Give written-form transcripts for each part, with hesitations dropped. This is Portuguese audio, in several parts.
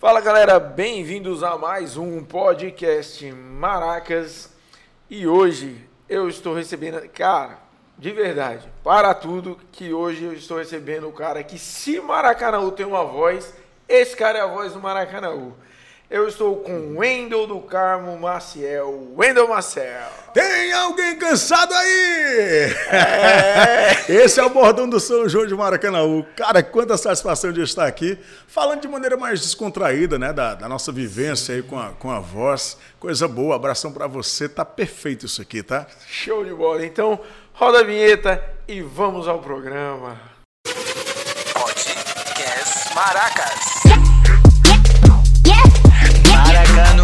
Fala galera, bem-vindos a mais um podcast Maracas. E hoje eu estou recebendo, cara, de verdade, para tudo, que hoje eu estou recebendo o cara que, se Maracanaú tem uma voz, esse cara é a voz do Maracanaú. Eu estou com o Wendel do Carmo Maciel. Wendel Maciel. Tem alguém cansado aí? Esse é o bordão do São João de Maracanaú. Cara, quanta satisfação de estar aqui, falando de maneira mais descontraída, né? Da nossa vivência aí com a voz. Coisa boa, abração pra você. Tá perfeito isso aqui, tá? Show de bola. Então, roda a vinheta e vamos ao programa. Podcast Maracas. Maracano,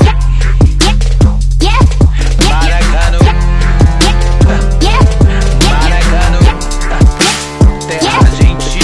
Maracano, Maracano, terra argentina.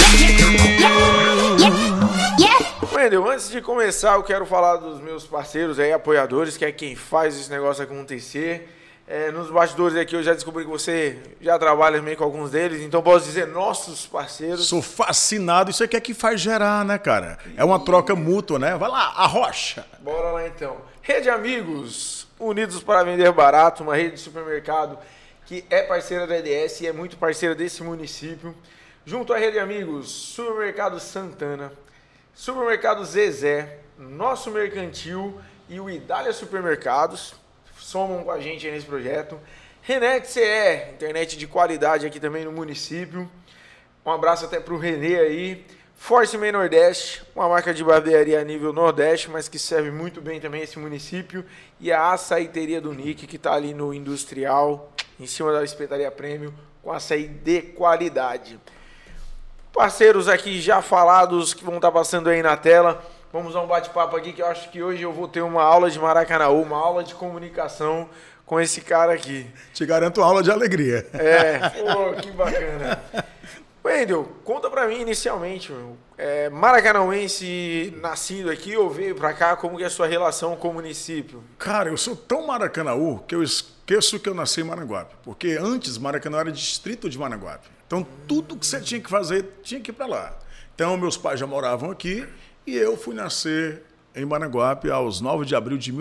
Wendel, antes de começar, eu quero falar dos meus parceiros aí, apoiadores, que é quem faz esse negócio acontecer. Nos bastidores aqui eu já descobri que você já trabalha meio com alguns deles, então posso dizer nossos parceiros. Sou fascinado, isso aqui é que faz gerar, né, cara? É uma troca mútua, né? Vai lá, arrocha. Bora lá então. Rede Amigos, unidos para vender barato, uma rede de supermercado que é parceira da EDS e é muito parceira desse município. Junto à Rede Amigos, Supermercado Santana, Supermercado Zezé, Nosso Mercantil e o Idália Supermercados somam com a gente aí nesse projeto. Renet CE, internet de qualidade aqui também no município. Um abraço até para o Renê aí. Force Man Nordeste, uma marca de barbearia a nível Nordeste, mas que serve muito bem também esse município. E a açaiteria do Nick, que está ali no Industrial, em cima da Espetaria Prêmio, com açaí de qualidade. Parceiros aqui já falados, que vão estar passando aí na tela. Vamos a um bate-papo aqui, que eu acho que hoje eu vou ter uma aula de Maracanaú, uma aula de comunicação com esse cara aqui. Te garanto aula de alegria. Pô, que bacana. Wendel, conta pra mim inicialmente, maracanauense nascido aqui ou veio pra cá, como que é a sua relação com o município? Cara, eu sou tão Maracanaú que eu esqueço que eu nasci em Maranguape, porque antes Maracanã era distrito de Maranguape. Então tudo que você tinha que fazer, tinha que ir pra lá. Então meus pais já moravam aqui e eu fui nascer em Maranguape aos 9 de abril de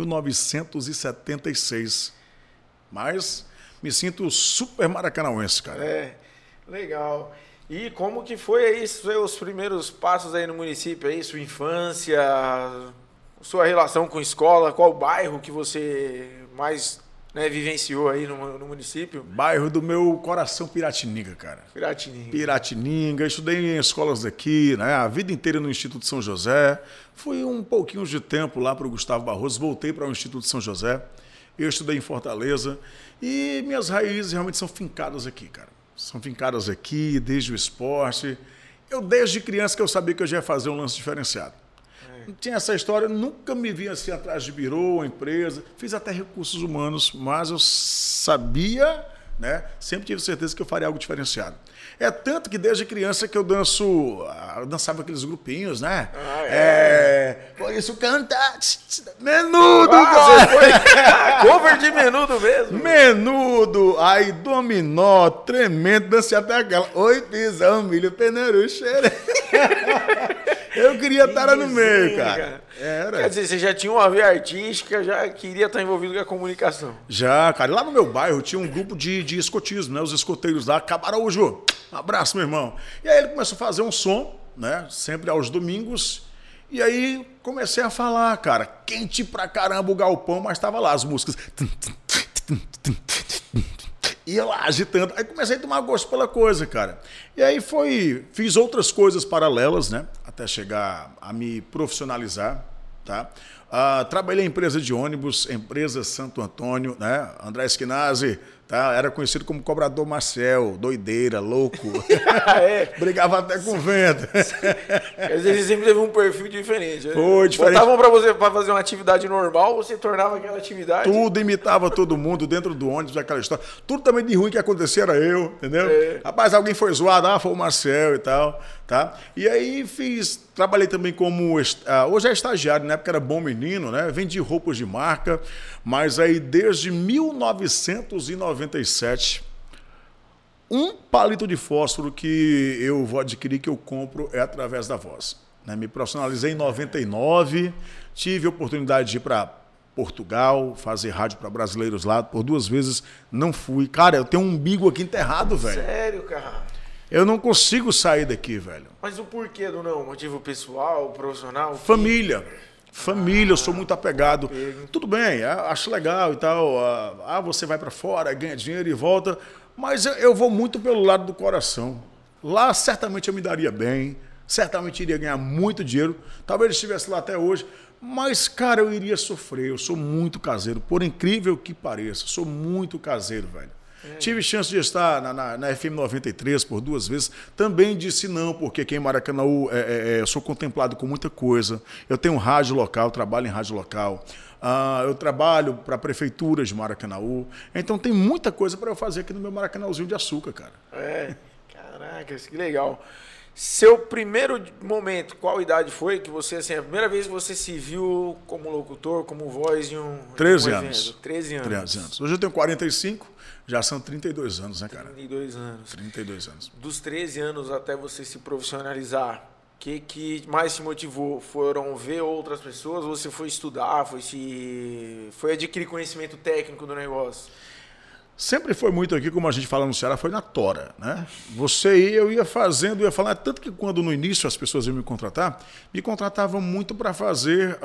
1976. Mas me sinto super maracanauense, cara. Legal. E como que foi aí seus primeiros passos aí no município, aí, sua infância, sua relação com escola, qual bairro que você mais vivenciou aí no município? Bairro do meu coração, Piratininga, cara. Piratininga, estudei em escolas daqui, né? A vida inteira no Instituto São José. Fui um pouquinho de tempo lá para o Gustavo Barroso, voltei para o Instituto São José. Eu estudei em Fortaleza e minhas raízes realmente são fincadas aqui, cara. São fincadas aqui, desde o esporte. Eu, desde criança, que eu sabia que eu já ia fazer um lance diferenciado. Não tinha essa história, nunca me vi assim atrás de birô, empresa. Fiz até recursos humanos, mas eu sabia, né? Sempre tive certeza que eu faria algo diferenciado. É tanto que desde criança que eu dançava aqueles grupinhos, né? Por isso canta Menudo, você foi cover de Menudo mesmo? Menudo, aí dominó, tremendo, dancei até aquela. Oi, pisão, milho, peneiro, cheiro. Eu queria estar no meio, cara. Era. Quer dizer, você já tinha uma veia artística, já queria estar envolvido com a comunicação. Já, cara. Lá no meu bairro tinha um grupo de escotismo, né? Os escoteiros lá, Cabaraújo. Um abraço, meu irmão. E aí ele começou a fazer um som, né? Sempre aos domingos. E aí comecei a falar, cara. Quente pra caramba o galpão, mas tava lá as músicas. Ia lá agitando. Aí comecei a tomar gosto pela coisa, cara. E aí fiz outras coisas paralelas, né? Até chegar a me profissionalizar, tá? Trabalhei em empresa de ônibus, empresa Santo Antônio, né? André Esquinazzi, tá? Era conhecido como cobrador Marcel, doideira, louco. Brigava até com vento. Quer dizer, você sempre teve um perfil diferente. Foi diferente. Botavam pra você pra fazer uma atividade normal, você tornava aquela atividade. Tudo, imitava todo mundo dentro do ônibus, aquela história. Tudo também de ruim que acontecia era eu, entendeu? Rapaz, alguém foi zoado, foi o Marcel e tal, tá? E aí trabalhei também como, hoje é estagiário, na época era bom menino, né? Vendi roupas de marca, mas aí desde 1997, um palito de fósforo que eu vou adquirir, que eu compro, é através da voz. né? Me profissionalizei em 99, tive a oportunidade de ir para Portugal, fazer rádio para brasileiros lá, por 2 vezes não fui. Cara, eu tenho um umbigo aqui enterrado, velho. Sério, cara? Eu não consigo sair daqui, velho. Mas o porquê do não? Motivo pessoal, profissional? Família. Família, eu sou muito apegado. Tudo bem, acho legal e tal. Você vai para fora, ganha dinheiro e volta. Mas eu vou muito pelo lado do coração. Lá certamente eu me daria bem, certamente iria ganhar muito dinheiro. Talvez eu estivesse lá até hoje. Mas, cara, eu iria sofrer. Eu sou muito caseiro, por incrível que pareça. Sou muito caseiro, velho. Tive chance de estar na FM 93 por 2 vezes. Também disse não, porque aqui em Maracanaú eu sou contemplado com muita coisa. Eu tenho rádio local, trabalho em rádio local. Eu trabalho para prefeituras de Maracanaú. Então tem muita coisa para eu fazer aqui no meu Maracanãuzinho de açúcar, cara. Caraca, que legal. Seu primeiro momento, qual idade foi que você, assim, a primeira vez que você se viu como locutor, como voz de um 13 evento? anos. 13 anos. 13 anos. Hoje eu tenho 45, já são 32 anos, né, cara? 32 anos. 32 anos. Dos 13 anos até você se profissionalizar, o que mais te motivou? Foram ver outras pessoas? Ou você foi estudar? Foi adquirir conhecimento técnico do negócio? Sempre foi muito aqui, como a gente fala no Ceará, foi na tora, né? Eu ia fazendo, ia falar, tanto que quando no início as pessoas iam me contratavam muito para fazer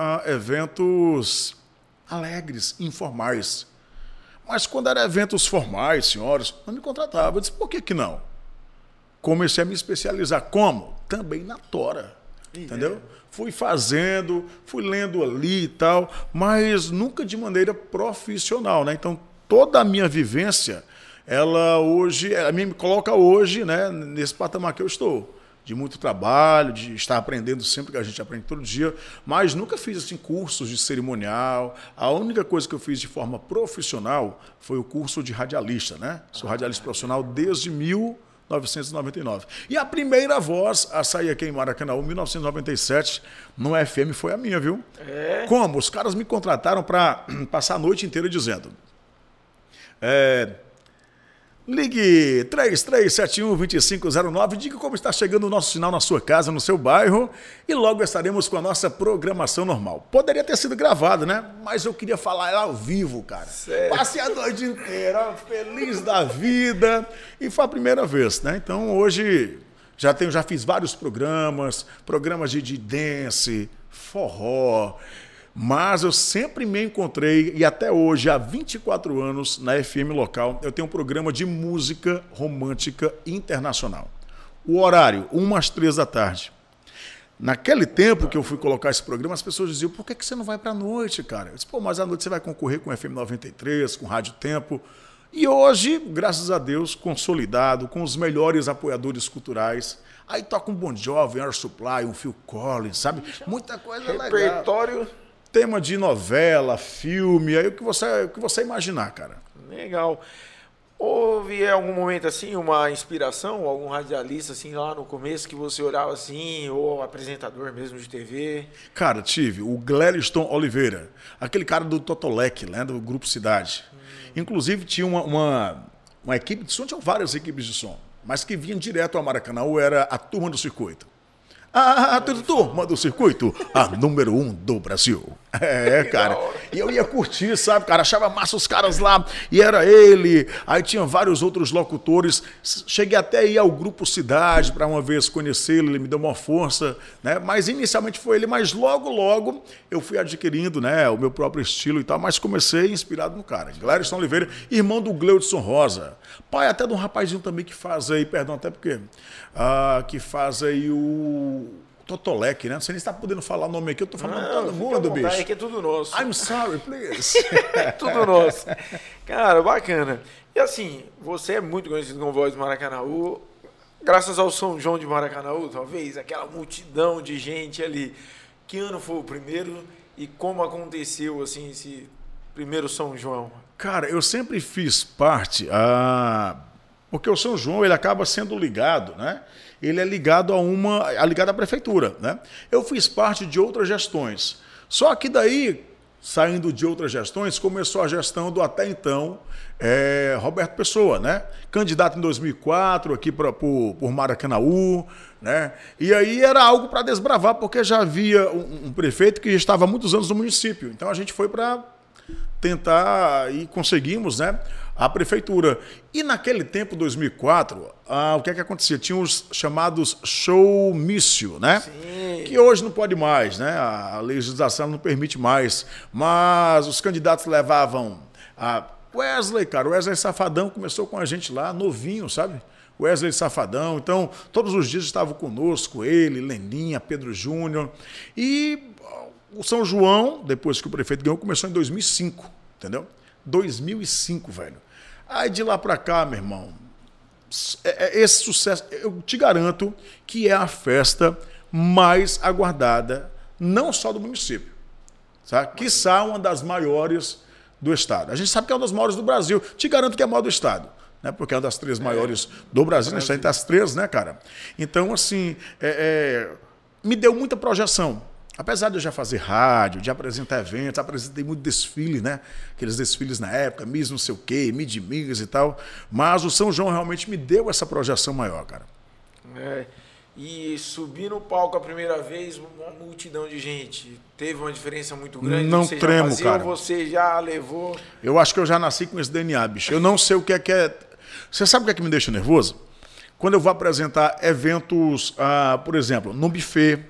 eventos alegres, informais. Mas quando eram eventos formais, senhoras, não me contratavam. Eu disse, por que não? Comecei a me especializar. Como? Também na tora, entendeu? Fui fazendo, fui lendo ali e tal, mas nunca de maneira profissional, né? Então, toda a minha vivência, ela me coloca hoje, né, nesse patamar que eu estou. De muito trabalho, de estar aprendendo sempre, que a gente aprende todo dia, mas nunca fiz assim, cursos de cerimonial. A única coisa que eu fiz de forma profissional foi o curso de radialista, né? Sou radialista profissional desde 1999. E a primeira voz a sair aqui em Maracanã, em 1997, no FM, foi a minha, viu? Como? Os caras me contrataram para passar a noite inteira dizendo... Ligue 3371-2509, diga como está chegando o nosso sinal na sua casa, no seu bairro, e logo estaremos com a nossa programação normal. Poderia ter sido gravado, né? Mas eu queria falar ao vivo, cara. Sério? Passei a noite inteira, feliz da vida, e foi a primeira vez, né? Então hoje já fiz vários programas de dance, forró. Mas eu sempre me encontrei, e até hoje, há 24 anos, na FM local, eu tenho um programa de música romântica internacional. O horário, 1 às 3 da tarde. Naquele tempo que eu fui colocar esse programa, as pessoas diziam, por que você não vai para a noite, cara? Eu disse, mas à noite você vai concorrer com o FM 93, com Rádio Tempo. E hoje, graças a Deus, consolidado, com os melhores apoiadores culturais. Aí toca um Bon Jovi, um Air Supply, um Phil Collins, sabe? Muita coisa legal. Repertório... Tema de novela, filme, aí o que você imaginar, cara. Legal. Houve algum momento assim, uma inspiração, algum radialista assim lá no começo que você olhava assim, ou apresentador mesmo de TV? Cara, tive o Gleriston Oliveira, aquele cara do Totolec, né, do Grupo Cidade. Inclusive tinha uma equipe de som, tinham várias equipes de som, mas que vinham direto ao Maracanã, era a Turma do Circuito. A turma do circuito, a número 1 do Brasil. Cara. E eu ia curtir, sabe, cara? Achava massa os caras lá. E era ele. Aí tinha vários outros locutores. Cheguei até a ir ao Grupo Cidade para uma vez conhecê-lo. Ele me deu uma força, né? Mas inicialmente foi ele. Mas logo eu fui adquirindo, né, o meu próprio estilo e tal. Mas comecei inspirado no cara. Gleriston Oliveira, irmão do Gleudson Rosa. Pai até de um rapazinho também que faz aí, perdão, até porque... que faz aí o Totolec, né? Não sei nem se está podendo falar o nome aqui, eu tô falando todo mundo, bicho. Aqui é tudo nosso. I'm sorry, please. Tudo nosso. Cara, bacana. E assim, você é muito conhecido como voz do Maracanaú, graças ao São João de Maracanaú, talvez, aquela multidão de gente ali. Que ano foi o primeiro e como aconteceu, assim, esse primeiro São João? Cara, eu sempre fiz parte, porque o São João, ele acaba sendo ligado, né? Ele é ligado ligado à prefeitura, né? Eu fiz parte de outras gestões. Só que daí, saindo de outras gestões, começou a gestão do até então Roberto Pessoa, né? Candidato em 2004 aqui por Maracanaú, né? E aí era algo para desbravar, porque já havia um prefeito que estava há muitos anos no município. Então a gente foi para tentar e conseguimos, né, a prefeitura. E naquele tempo, 2004, o que é que acontecia? Tinha os chamados showmício, né? Sim. Que hoje não pode mais, né? A legislação não permite mais. Mas os candidatos levavam a Wesley, cara. O Wesley Safadão começou com a gente lá, novinho, sabe? Wesley Safadão. Então, todos os dias estavam conosco, ele, Leninha, Pedro Júnior. E o São João, depois que o prefeito ganhou, começou em 2005, entendeu? 2005, velho. Aí de lá pra cá, meu irmão, esse sucesso, eu te garanto que é a festa mais aguardada, não só do município, sabe? Quiçá uma das maiores do estado. A gente sabe que é uma das maiores do Brasil. Te garanto que é a maior do estado, né? Porque é uma das 3 maiores do Brasil, né? Está entre as 3, né, cara? Então, assim, me deu muita projeção. Apesar de eu já fazer rádio, de apresentar eventos, apresentei muito desfile, né? Aqueles desfiles na época, Miss não sei o quê, Mid Migas e tal. Mas o São João realmente me deu essa projeção maior, cara. E subir no palco a primeira vez, uma multidão de gente, teve uma diferença muito grande? Não você tremo, já fazia, cara. Ou você já levou? Eu acho que eu já nasci com esse DNA, bicho. Eu não sei o que é. Você sabe o que é que me deixa nervoso? Quando eu vou apresentar eventos, por exemplo, no buffet,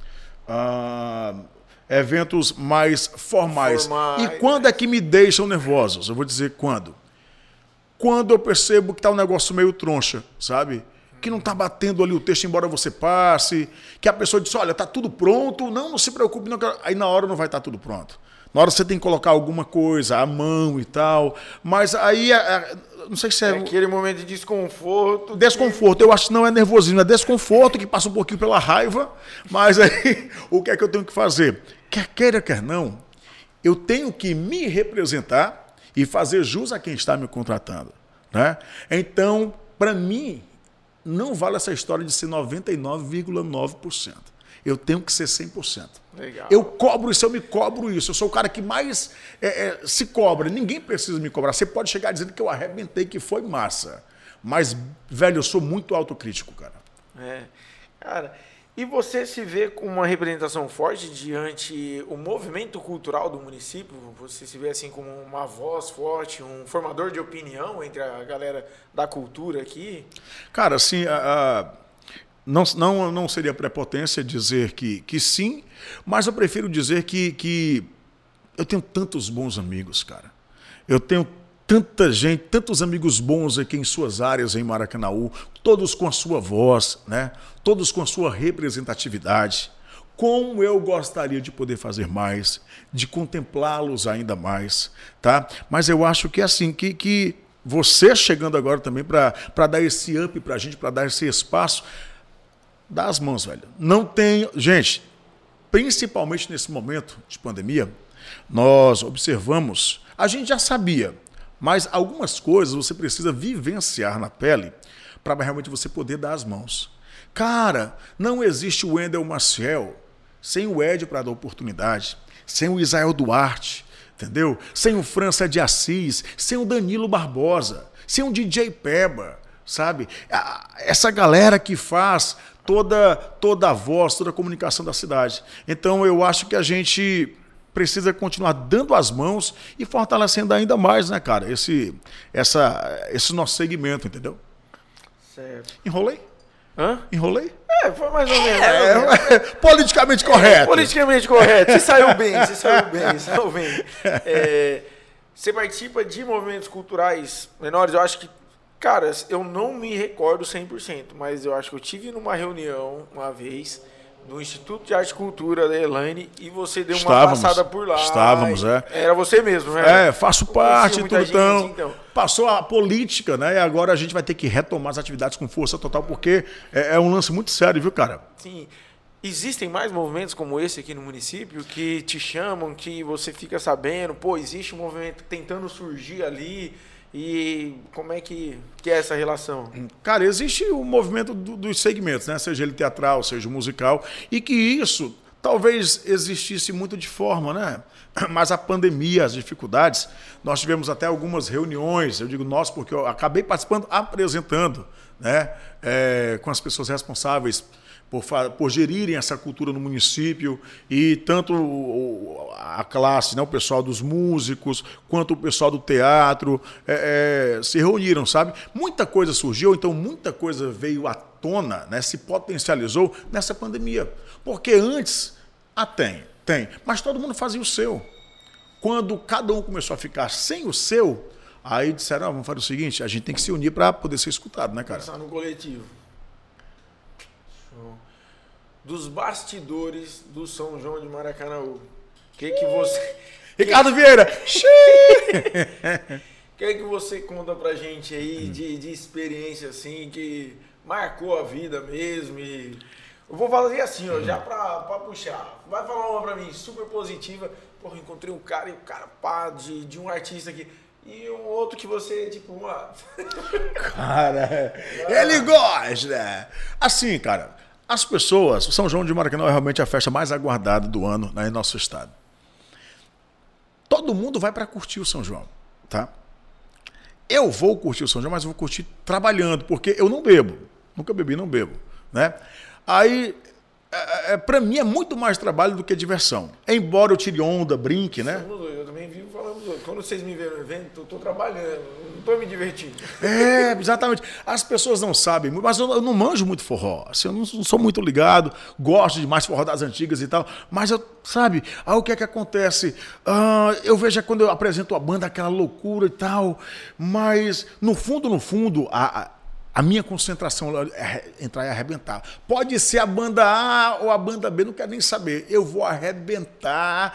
eventos mais formais. E quando é que me deixam nervosos? Eu vou dizer quando. Quando eu percebo que tá um negócio meio troncha, sabe? Que não tá batendo ali o texto, embora você passe, que a pessoa diz, olha, tá tudo pronto, não se preocupe. Não. Aí na hora não vai estar tudo pronto. Na hora você tem que colocar alguma coisa, a mão e tal. Mas aí, não sei se é... aquele momento de desconforto. Desconforto, eu acho que não é nervosismo, é desconforto que passa um pouquinho pela raiva. Mas aí, o que é que eu tenho que fazer? Quer queira, quer não, eu tenho que me representar e fazer jus a quem está me contratando, né? Então, para mim, não vale essa história de ser 99,9%. Eu tenho que ser 100%. Legal. Eu cobro isso, eu me cobro isso. Eu sou o cara que mais se cobra. Ninguém precisa me cobrar. Você pode chegar dizendo que eu arrebentei, que foi massa. Mas, velho, eu sou muito autocrítico, cara. Cara, e você se vê com uma representação forte diante o movimento cultural do município? Você se vê assim como uma voz forte, um formador de opinião entre a galera da cultura aqui? Cara, assim, não seria prepotência dizer que sim, mas eu prefiro dizer que eu tenho tantos bons amigos, cara. Eu tenho tanta gente, tantos amigos bons aqui em suas áreas em Maracanaú, todos com a sua voz, né? Todos com a sua representatividade. Como eu gostaria de poder fazer mais, de contemplá-los ainda mais, tá? Mas eu acho que assim, que você chegando agora também para dar esse up pra gente, para dar esse espaço, dá as mãos, velho. Não tem... Gente, principalmente nesse momento de pandemia, nós observamos, a gente já sabia, mas algumas coisas você precisa vivenciar na pele para realmente você poder dar as mãos. Cara, não existe o Wendel Maciel sem o Ed para dar oportunidade, sem o Isael Duarte, entendeu? Sem o França de Assis, sem o Danilo Barbosa, sem o DJ Peba, sabe? Essa galera que faz toda a voz, toda a comunicação da cidade. Então eu acho que a gente precisa continuar dando as mãos e fortalecendo ainda mais, né, cara, esse nosso segmento, entendeu? Certo. Enrolei? Hã? Enrolei? Foi mais ou menos. Politicamente correto. Politicamente correto. Você saiu bem. Você participa de movimentos culturais menores, eu acho que, cara, eu não me recordo 100%, mas eu acho que eu tive numa reunião uma vez no Instituto de Arte e Cultura da Elaine e você deu uma passada por lá. Estávamos, Era você mesmo, né? Faço parte, tudo então. Passou a política, né? E agora a gente vai ter que retomar as atividades com força total, porque é um lance muito sério, viu, cara? Sim. Existem mais movimentos como esse aqui no município que te chamam, que você fica sabendo, existe um movimento tentando surgir ali. E como é que é essa relação? Cara, existe o movimento dos segmentos, né? Seja ele teatral, seja musical, e que isso talvez existisse muito de forma, né? Mas a pandemia, as dificuldades, nós tivemos até algumas reuniões, eu digo nós porque eu acabei participando, apresentando, né? Com as pessoas responsáveis por gerirem essa cultura no município, e tanto a classe, né, o pessoal dos músicos, quanto o pessoal do teatro se reuniram, sabe? Muita coisa surgiu, então muita coisa veio à tona, né, se potencializou nessa pandemia. Porque antes, tem, mas todo mundo fazia o seu. Quando cada um começou a ficar sem o seu, aí disseram, vamos fazer o seguinte, a gente tem que se unir para poder ser escutado, né, cara? Pensar no coletivo. Dos bastidores do São João de Maracanaú. O que você... Ricardo Vieira! O que você conta pra gente aí de experiência assim, que marcou a vida mesmo? E eu vou fazer assim, ó, já pra puxar. Vai falar uma pra mim, super positiva. Porra, encontrei um cara e o cara pá, de um artista aqui. E um outro que você, tipo, mano... Cara, ele gosta! Assim, cara, as pessoas... O São João de Maracanã é realmente a festa mais aguardada do ano, né, em nosso estado. Todo mundo vai para curtir o São João, tá? Eu vou curtir o São João, mas eu vou curtir trabalhando, porque eu não bebo. Nunca bebi, não bebo, né? Aí... para mim é muito mais trabalho do que diversão. Embora eu tire onda, brinque, né? Eu também vivo falando dos outros. Quando vocês me verem no evento, eu tô trabalhando, não tô me divertindo. Exatamente. As pessoas não sabem, mas eu não manjo muito forró. Assim, eu não sou muito ligado, gosto de mais forró das antigas e tal, mas sabe, aí o que é que acontece? Eu vejo quando eu apresento a banda aquela loucura e tal, mas no fundo, a minha concentração é entrar e arrebentar. Pode ser a banda A ou a banda B, não quero nem saber. Eu vou arrebentar.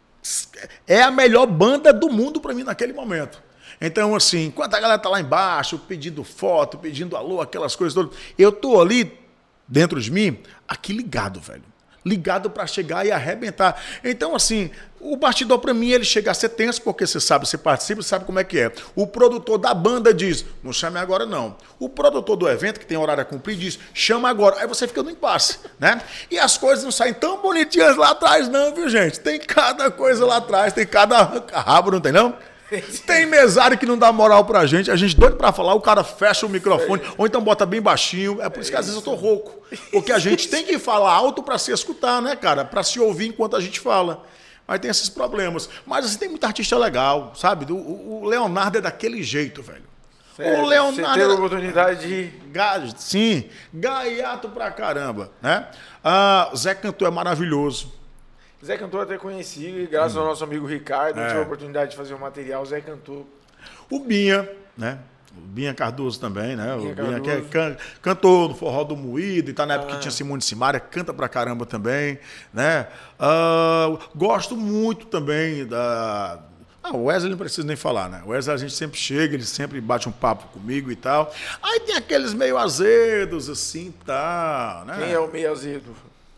É a melhor banda do mundo para mim naquele momento. Então, assim, enquanto a galera tá lá embaixo, pedindo foto, pedindo alô, aquelas coisas todas, eu tô ali, dentro de mim, aqui ligado, velho. Ligado para chegar e arrebentar. Então, assim, o bastidor para mim, ele chega a ser tenso, porque você sabe, você participa, sabe como é que é. O produtor da banda diz, não chame agora não. O produtor do evento, que tem horário a cumprir, diz, chama agora. Aí você fica no impasse, né? E as coisas não saem tão bonitinhas lá atrás não, viu, gente? Tem cada coisa lá atrás, tem cada rabo, não tem não? Tem mesário que não dá moral pra gente, a gente doido pra falar, o cara fecha o microfone, ou então bota bem baixinho, é por isso que às vezes eu tô rouco, porque a gente tem que falar alto pra se escutar, né, cara, pra se ouvir enquanto a gente fala, mas tem esses problemas, mas assim, tem muita artista legal, sabe, o Leonardo é daquele jeito, velho. Sério, o Leonardo você teve a oportunidade de... Sim, gaiato pra caramba, né, Zé Cantor é maravilhoso. Zé Cantor até conheci, e graças ao nosso amigo Ricardo, tive a oportunidade de fazer o material, Zé Cantor. O Binha, né? O Binha Cardoso também, né? O Binha que cantou no Forró do Moído, e tá na época que tinha Simone Simaria, canta pra caramba também, né? Gosto muito também da... o Wesley não precisa nem falar, né? O Wesley a gente sempre chega, ele sempre bate um papo comigo e tal. Aí tem aqueles meio azedos, assim, tal, né? Quem é o meio azedo?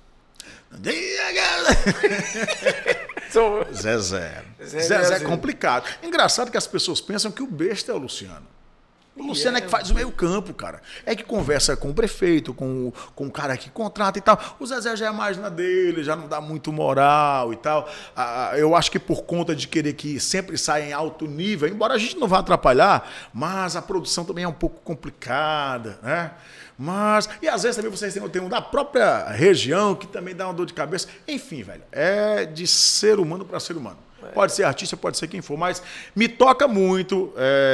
Zezé é complicado. Engraçado que as pessoas pensam que o besta é o Luciano. O Luciano é que faz o meio campo, cara. É que conversa com o prefeito, com o cara que contrata e tal. O Zezé já é mais na dele, já não dá muito moral e tal. Eu acho que por conta de querer que sempre saia em alto nível, embora a gente não vá atrapalhar, mas a produção também é um pouco complicada, né? E às vezes também vocês têm um da própria região que também dá uma dor de cabeça. Enfim, velho, é de ser humano para ser humano. Pode ser artista, pode ser quem for, mas me toca muito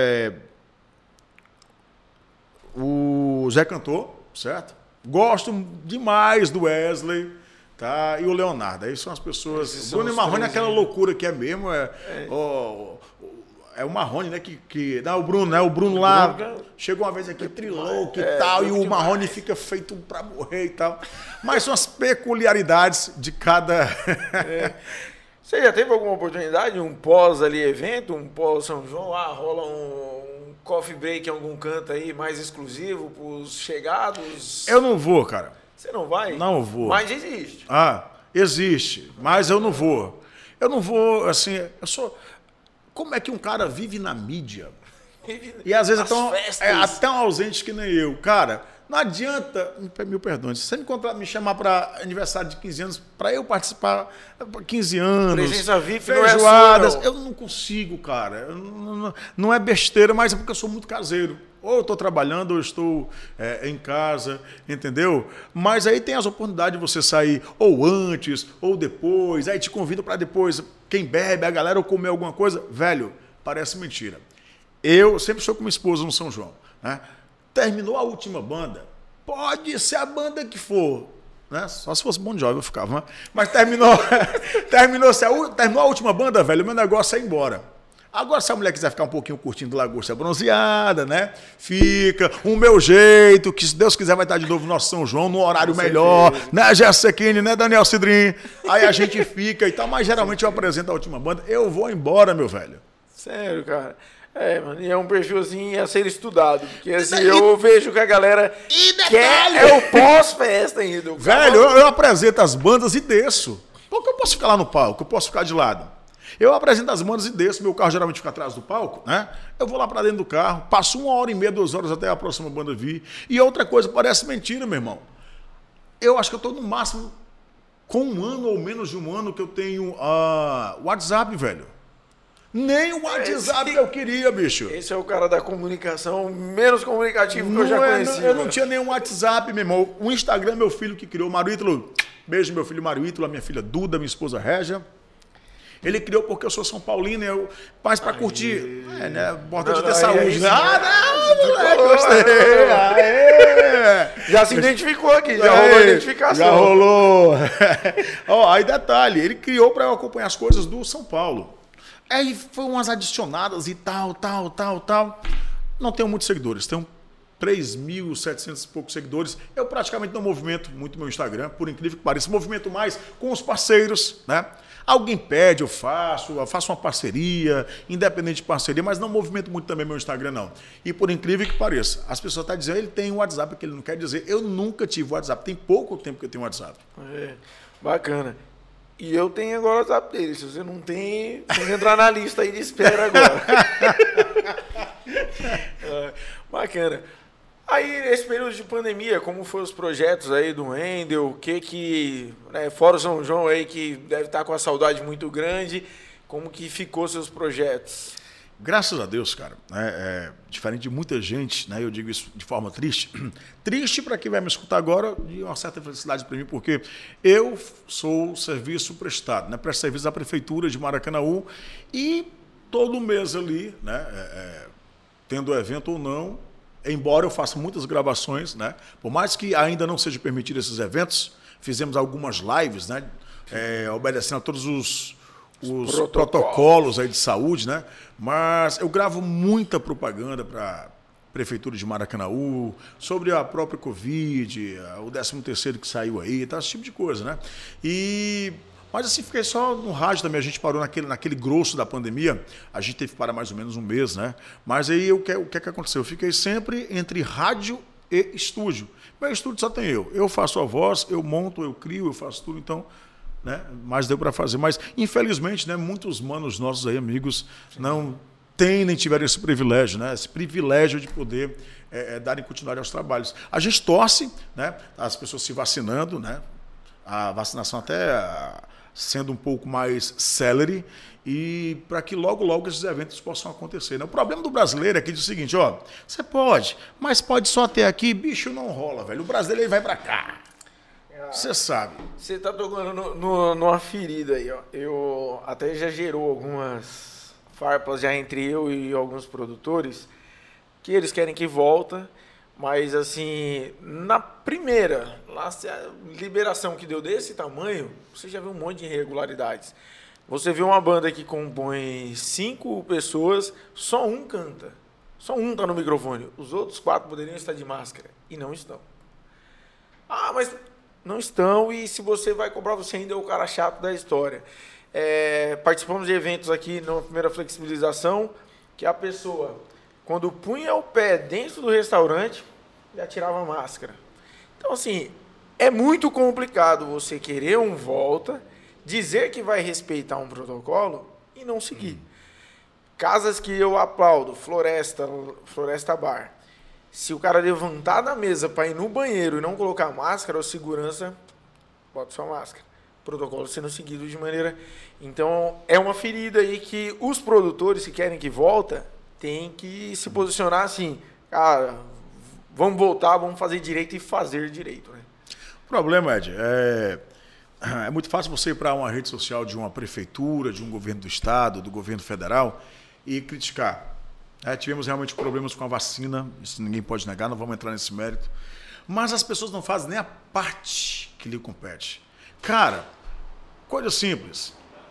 o Zé Cantor, certo? Gosto demais do Wesley, tá? E o Leonardo. Aí são as pessoas... Bruno e Marrone é aquela loucura que é mesmo. É o Marrone, né? Não, o Bruno, né? O Bruno lá chegou uma vez aqui, trilouco e tal, e o Marrone fica feito pra morrer e tal. Mas são as peculiaridades de cada... Você já teve alguma oportunidade, um pós ali evento, um pós São João, rola um coffee break em algum canto aí mais exclusivo pros chegados? Eu não vou, cara. Você não vai? Não vou. Mas existe. Existe, mas eu não vou. Eu não vou, assim, eu sou... Como é que um cara vive na mídia? E às vezes é tão ausente que nem eu. Cara, Não adianta, mil perdões, se você me chamar para aniversário de 15 anos, para eu participar, 15 anos, presença VIP, feijoadas, não é sua, eu não consigo, cara. Não é besteira, mas é porque eu sou muito caseiro. Ou eu estou trabalhando, ou eu estou em casa, entendeu? Mas aí tem as oportunidades de você sair ou antes, ou depois, aí te convido para depois, quem bebe, a galera, ou comer alguma coisa. Velho, parece mentira. Eu sempre estou com minha esposa no São João, né? Terminou a última banda, pode ser a banda que for, né? Só se fosse Bon Jovi eu ficava, né? Mas terminou a última banda, velho, o meu negócio é ir embora. Agora, se a mulher quiser ficar um pouquinho curtindo lagosta bronzeada, né? Fica, o meu jeito, que se Deus quiser vai estar de novo no nosso São João, no horário melhor, né, Gerson Sequini, né, Daniel Cidrim? Aí a gente fica e tal, mas geralmente eu apresento a última banda, eu vou embora, meu velho. Sério, cara. Mano, e é um perfilzinho a ser estudado, porque assim, eu vejo que a galera quer o pós-festa ainda. Velho, eu apresento as bandas e desço. Porque eu posso ficar lá no palco, eu posso ficar de lado. Eu apresento as bandas e desço, meu carro geralmente fica atrás do palco, né? Eu vou lá pra dentro do carro, passo 1h30, 2 horas até a próxima banda vir. E outra coisa, parece mentira, meu irmão. Eu acho que eu tô no máximo com 1 ano ou menos de 1 ano que eu tenho WhatsApp, velho. Nem o WhatsApp que eu queria, bicho. Esse é o cara da comunicação menos comunicativo que eu já conheci. Eu não tinha nenhum WhatsApp, meu irmão. O Instagram é meu filho que criou, Mário Ítalo. Beijo, meu filho Mário Ítalo, a minha filha Duda, minha esposa Régia. Ele criou porque eu sou São Paulino, mas pra curtir. Né? Importante ter saúde. Moleque, gostei. Já se identificou aqui, já rolou a identificação. Já rolou. Aí detalhe, ele criou pra eu acompanhar as coisas do São Paulo. Aí foi umas adicionadas e tal. Não tenho muitos seguidores, tenho 3.700 e poucos seguidores. Eu praticamente não movimento muito meu Instagram, por incrível que pareça. Movimento mais com os parceiros, né? Alguém pede, eu faço uma parceria, independente de parceria, mas não movimento muito também meu Instagram, não. E por incrível que pareça, as pessoas estão dizendo, ele tem um WhatsApp, que ele não quer dizer. Eu nunca tive WhatsApp, tem pouco tempo que eu tenho WhatsApp. Bacana. E eu tenho agora o WhatsApp dele. Se você não tem, tem que entrar na lista aí de espera agora. Bacana. Aí, esse período de pandemia, como foram os projetos aí do Wendel? O que né, fora o São João aí, que deve estar com a saudade muito grande, como que ficou seus projetos? Graças a Deus, cara, diferente de muita gente, né, eu digo isso de forma triste, triste para quem vai me escutar agora, e uma certa felicidade para mim, porque eu sou serviço prestado, né, presto serviço à Prefeitura de Maracanaú, e todo mês ali, né, tendo evento ou não, embora eu faça muitas gravações, né, por mais que ainda não seja permitido esses eventos, fizemos algumas lives, né, obedecendo a todos os protocolos aí de saúde, né? Mas eu gravo muita propaganda para Prefeitura de Maracanaú, sobre a própria Covid, o 13º que saiu aí, tá, esse tipo de coisa, né? Mas assim, fiquei só no rádio também, a gente parou naquele grosso da pandemia, a gente teve que parar mais ou menos 1 mês, né? Mas aí o que aconteceu? Eu fiquei sempre entre rádio e estúdio. Meu estúdio só tem eu faço a voz, eu monto, eu crio, eu faço tudo, então... Né? Mas deu para fazer. Mas, infelizmente, né, muitos manos nossos aí, amigos, não têm nem tiveram esse privilégio, né? Esse privilégio de poder darem continuidade aos trabalhos. A gente torce, né? As pessoas se vacinando, né? A vacinação até sendo um pouco mais célere, e para que logo, logo esses eventos possam acontecer. Né? O problema do brasileiro é que diz o seguinte, você pode, mas pode só até aqui, bicho, não rola, velho. O brasileiro ele vai para cá. Você sabe. Você tá tocando numa ferida aí, ó. Eu até já gerou algumas farpas já entre eu e alguns produtores que eles querem que volta, mas assim, na primeira a liberação que deu desse tamanho, você já viu um monte de irregularidades. Você vê uma banda que compõe 5 pessoas, só um canta. Só um tá no microfone. Os outros 4 poderiam estar de máscara e não estão. Mas não estão, e se você vai cobrar, você ainda é o cara chato da história. Participamos de eventos aqui na primeira flexibilização, que a pessoa, quando punha o pé dentro do restaurante, já tirava a máscara. Então, assim, é muito complicado você querer um volta, dizer que vai respeitar um protocolo e não seguir. Casas que eu aplaudo, Floresta Bar. Se o cara levantar da mesa para ir no banheiro e não colocar máscara, o segurança bota sua máscara. Protocolo sendo seguido de maneira... Então, é uma ferida aí que os produtores que querem que volta têm que se posicionar assim, cara, vamos voltar, vamos fazer direito e fazer direito, né? O problema, Ed, é muito fácil você ir para uma rede social de uma prefeitura, de um governo do estado, do governo federal e criticar. Tivemos realmente problemas com a vacina, isso ninguém pode negar, não vamos entrar nesse mérito. Mas as pessoas não fazem nem a parte que lhe compete. Cara, coisa simples.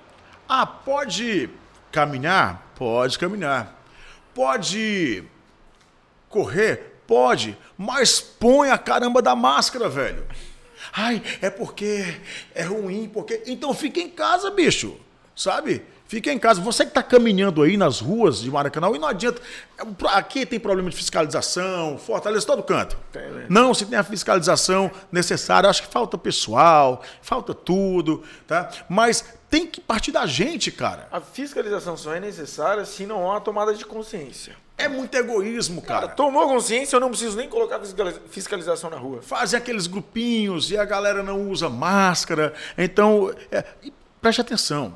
Pode caminhar? Pode caminhar. Pode correr? Pode. Mas põe a caramba da máscara, velho. Ai, é porque é ruim, porque... Então fica em casa, bicho, sabe? Fica em casa. Você que está caminhando aí nas ruas de Maracanã, e não adianta... Aqui tem problema de fiscalização, Fortaleza, todo canto. Não, se tem a fiscalização necessária, acho que falta pessoal, falta tudo, tá? Mas tem que partir da gente, cara. A fiscalização só é necessária se não há uma tomada de consciência. É muito egoísmo, cara. Tomou consciência, eu não preciso nem colocar fiscalização na rua. Fazem aqueles grupinhos e a galera não usa máscara. Então, preste atenção.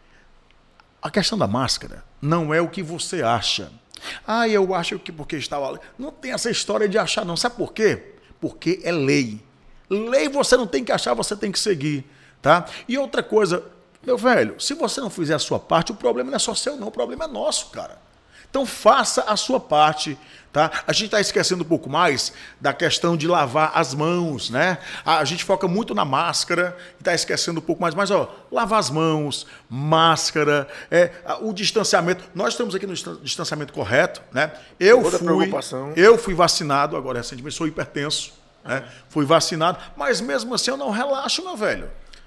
A questão da máscara não é o que você acha. Eu acho que porque estava... Não tem essa história de achar, não. Sabe por quê? Porque é lei. Lei você não tem que achar, você tem que seguir, tá? E outra coisa, meu velho, se você não fizer a sua parte, o problema não é só seu, não. O problema é nosso, cara. Então faça a sua parte, tá? A gente está esquecendo um pouco mais da questão de lavar as mãos, né? A gente foca muito na máscara e está esquecendo um pouco mais. Mas, lavar as mãos, máscara, o distanciamento. Nós estamos aqui no distanciamento correto, né? Eu fui vacinado agora recentemente, sou hipertenso, né? Fui vacinado, mas mesmo assim eu não relaxo, meu velho.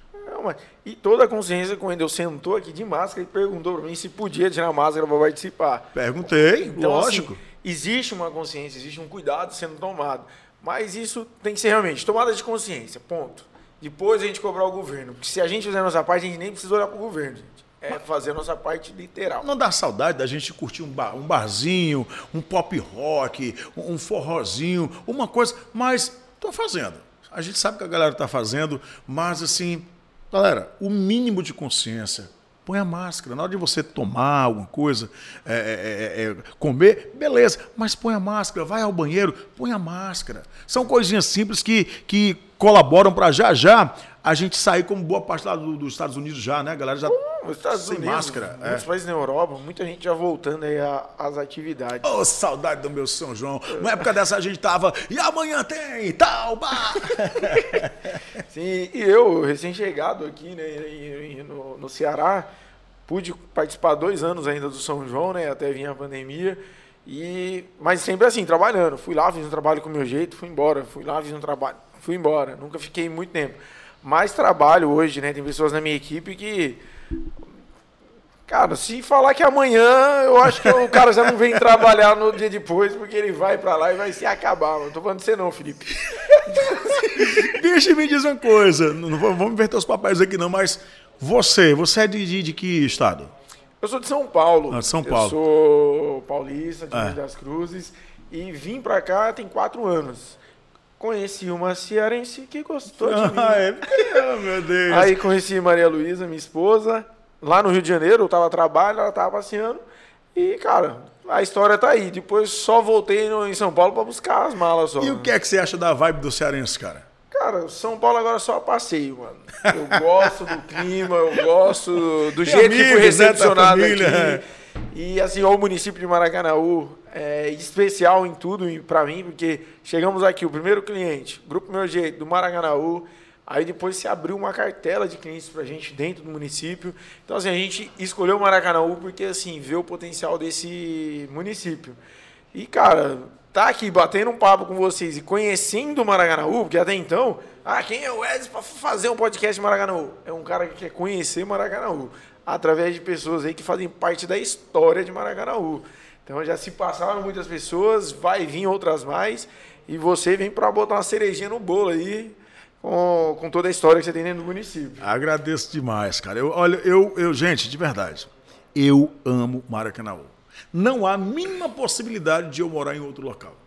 E toda a consciência, quando eu sentou aqui de máscara e perguntou para mim se podia tirar a máscara para participar. Perguntei, então, lógico. Assim, existe uma consciência, existe um cuidado sendo tomado. Mas isso tem que ser realmente tomada de consciência, ponto. Depois a gente cobrar o governo. Porque se a gente fizer a nossa parte, a gente nem precisa olhar para o governo, gente. É fazer a nossa parte literal. Não dá saudade da gente curtir um barzinho, um pop rock, um forrozinho, uma coisa. Mas estou fazendo. A gente sabe que a galera está fazendo, mas assim... Galera, o mínimo de consciência, põe a máscara. Na hora de você tomar alguma coisa, comer, beleza, mas põe a máscara, vai ao banheiro, põe a máscara. São coisinhas simples que colaboram para já a gente sair como boa parte lá dos Estados Unidos já, né? A galera já sem máscara. Muitos países na Europa, muita gente já voltando aí às atividades. Saudade do meu São João. Na época dessa a gente tava, e amanhã tem tal bar. Sim, e eu, recém-chegado aqui, né, no Ceará, pude participar 2 anos ainda do São João, né, até vir a pandemia, mas sempre assim, trabalhando. Fui lá, fiz um trabalho com o meu jeito, fui embora. Fui lá, fiz um trabalho, fui embora. Nunca fiquei muito tempo. Mas trabalho hoje, né, tem pessoas na minha equipe que... Cara, se falar que amanhã, eu acho que o cara já não vem trabalhar no dia depois, porque ele vai pra lá e vai se acabar. Não tô falando de você não, Felipe. Deixa eu me dizer uma coisa. Não vamos inverter os papéis aqui não, mas você é de que estado? Eu sou de São Paulo. São Paulo. Eu sou paulista, de Rio das Cruzes, e vim pra cá tem 4 anos. Conheci uma cearense que gostou de mim. Meu Deus. Aí conheci Maria Luísa, minha esposa. Lá no Rio de Janeiro, eu tava a trabalho, ela tava passeando. E, cara, a história tá aí. Depois só voltei em São Paulo pra buscar as malas só. E o que é que você acha da vibe do cearense, cara? Cara, São Paulo agora é só passeio, mano. Eu gosto do clima, eu gosto do jeito que fui recepcionado aqui. E assim, o município de Maracanaú é especial em tudo pra mim, porque chegamos aqui, o primeiro cliente, Grupo Meu Jeito, do Maracanaú. Aí depois se abriu uma cartela de clientes pra gente dentro do município. Então, assim, a gente escolheu o Maracanaú porque, assim, vê o potencial desse município. E, cara, tá aqui batendo um papo com vocês e conhecendo o Maracanaú, porque até então, quem é o Edson pra fazer um podcast de Maracanaú? É um cara que quer conhecer Maracanaú, através de pessoas aí que fazem parte da história de Maracanaú. Então, já se passaram muitas pessoas, vai vir outras mais, e você vem pra botar uma cerejinha no bolo aí, com toda a história que você tem dentro do município. Agradeço demais, cara. Gente, de verdade, eu amo Maracanaú. Não há a mínima possibilidade de eu morar em outro local.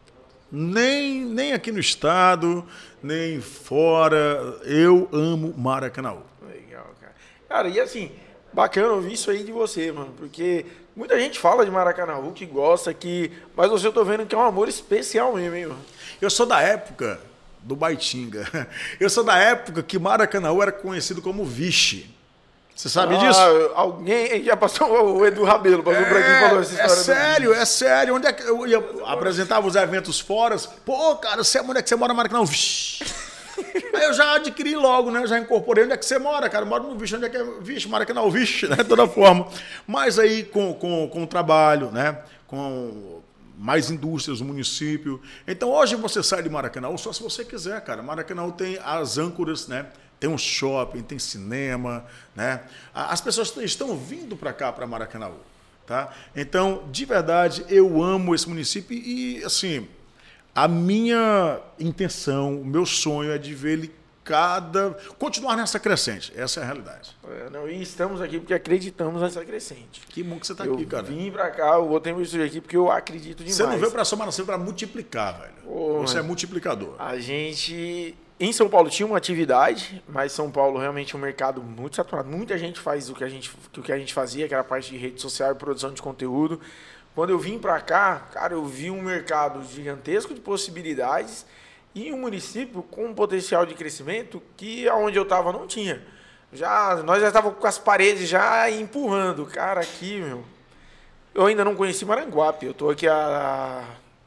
Nem aqui no estado, nem fora. Eu amo Maracanaú. Legal, cara. Cara, e assim, bacana ouvir isso aí de você, mano, porque muita gente fala de Maracanaú, que gosta, mas você eu tô vendo que é um amor especial mesmo, hein, mano? Eu sou da época do Baitinga. Eu sou da época que Maracanaú era conhecido como Vixe. Você sabe disso? Alguém já passou, o Edu Rabelo passou por aqui e falou essa história. É sério. Onde é que eu ia apresentava os eventos fora? Pô, cara, onde é que você mora, Maracanaú? Vixe. Aí eu já adquiri logo, né? Já incorporei. Onde é que você mora, cara? Eu moro no Vixe. Onde é que é? Vixe, Maracanaú, Vixe, né? De toda forma. Mas aí com o trabalho, né? Com mais indústrias no município. Então hoje você sai de Maracanaú só se você quiser, cara. Maracanaú tem as âncoras, né? Tem um shopping, tem cinema, né? As pessoas estão vindo para cá, para Maracanaú, tá? Então, de verdade, eu amo esse município e, assim, a minha intenção, o meu sonho é de ver ele continuar nessa crescente. Essa é a realidade. E estamos aqui porque acreditamos nessa crescente. Que bom que você está aqui, cara. Eu vim para cá, eu botei meu estúdio aqui porque eu acredito demais. Você não veio para somar, você veio para multiplicar, velho. Você é multiplicador. A gente... Em São Paulo tinha uma atividade, mas São Paulo realmente é um mercado muito saturado. Muita gente faz o que a gente fazia, que era a parte de rede social e produção de conteúdo. Quando eu vim para cá, cara, eu vi um mercado gigantesco de possibilidades e um município com um potencial de crescimento que aonde eu estava não tinha. Nós já estávamos com as paredes já empurrando. Cara, aqui, meu... Eu ainda não conheci Maranguape. Eu estou aqui há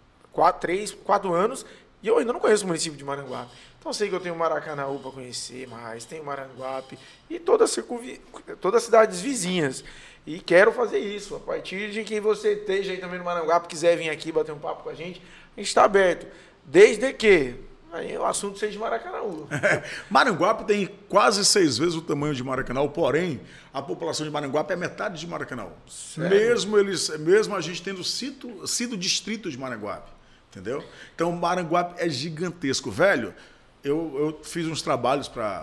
4 anos e eu ainda não conheço o município de Maranguape. Então, sei que eu tenho Maracanaú para conhecer mais, tenho Maranguape e todas as cidades vizinhas. E quero fazer isso. A partir de que você esteja aí também no Maranguape, quiser vir aqui bater um papo com a gente está aberto. Desde que aí o assunto seja de Maracanaú. Maranguape tem quase 6 vezes o tamanho de Maracanaú, porém, a população de Maranguape é metade de Maracanaú. Mesmo a gente tendo sido distrito de Maranguape. Entendeu? Então, Maranguape é gigantesco. Velho, eu fiz uns trabalhos para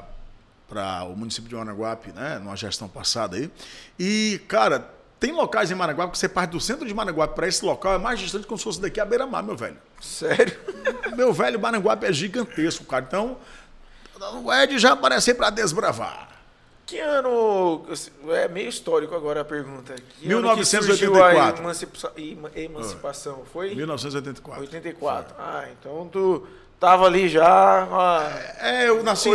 o município de Maranguape, né, numa gestão passada aí. E, cara, tem locais em Maranguape que você parte do centro de Maranguape para esse local, é mais distante como se fosse daqui a Beira-Mar, meu velho. Sério? Meu velho, Maranguape é gigantesco, cara. Então, o Ed já apareceu para desbravar. Que ano... É meio histórico agora a pergunta. Que 1984. Ano que surgiu a emancipação, foi? 1984. 84. Então tu tava ali já... eu nasci em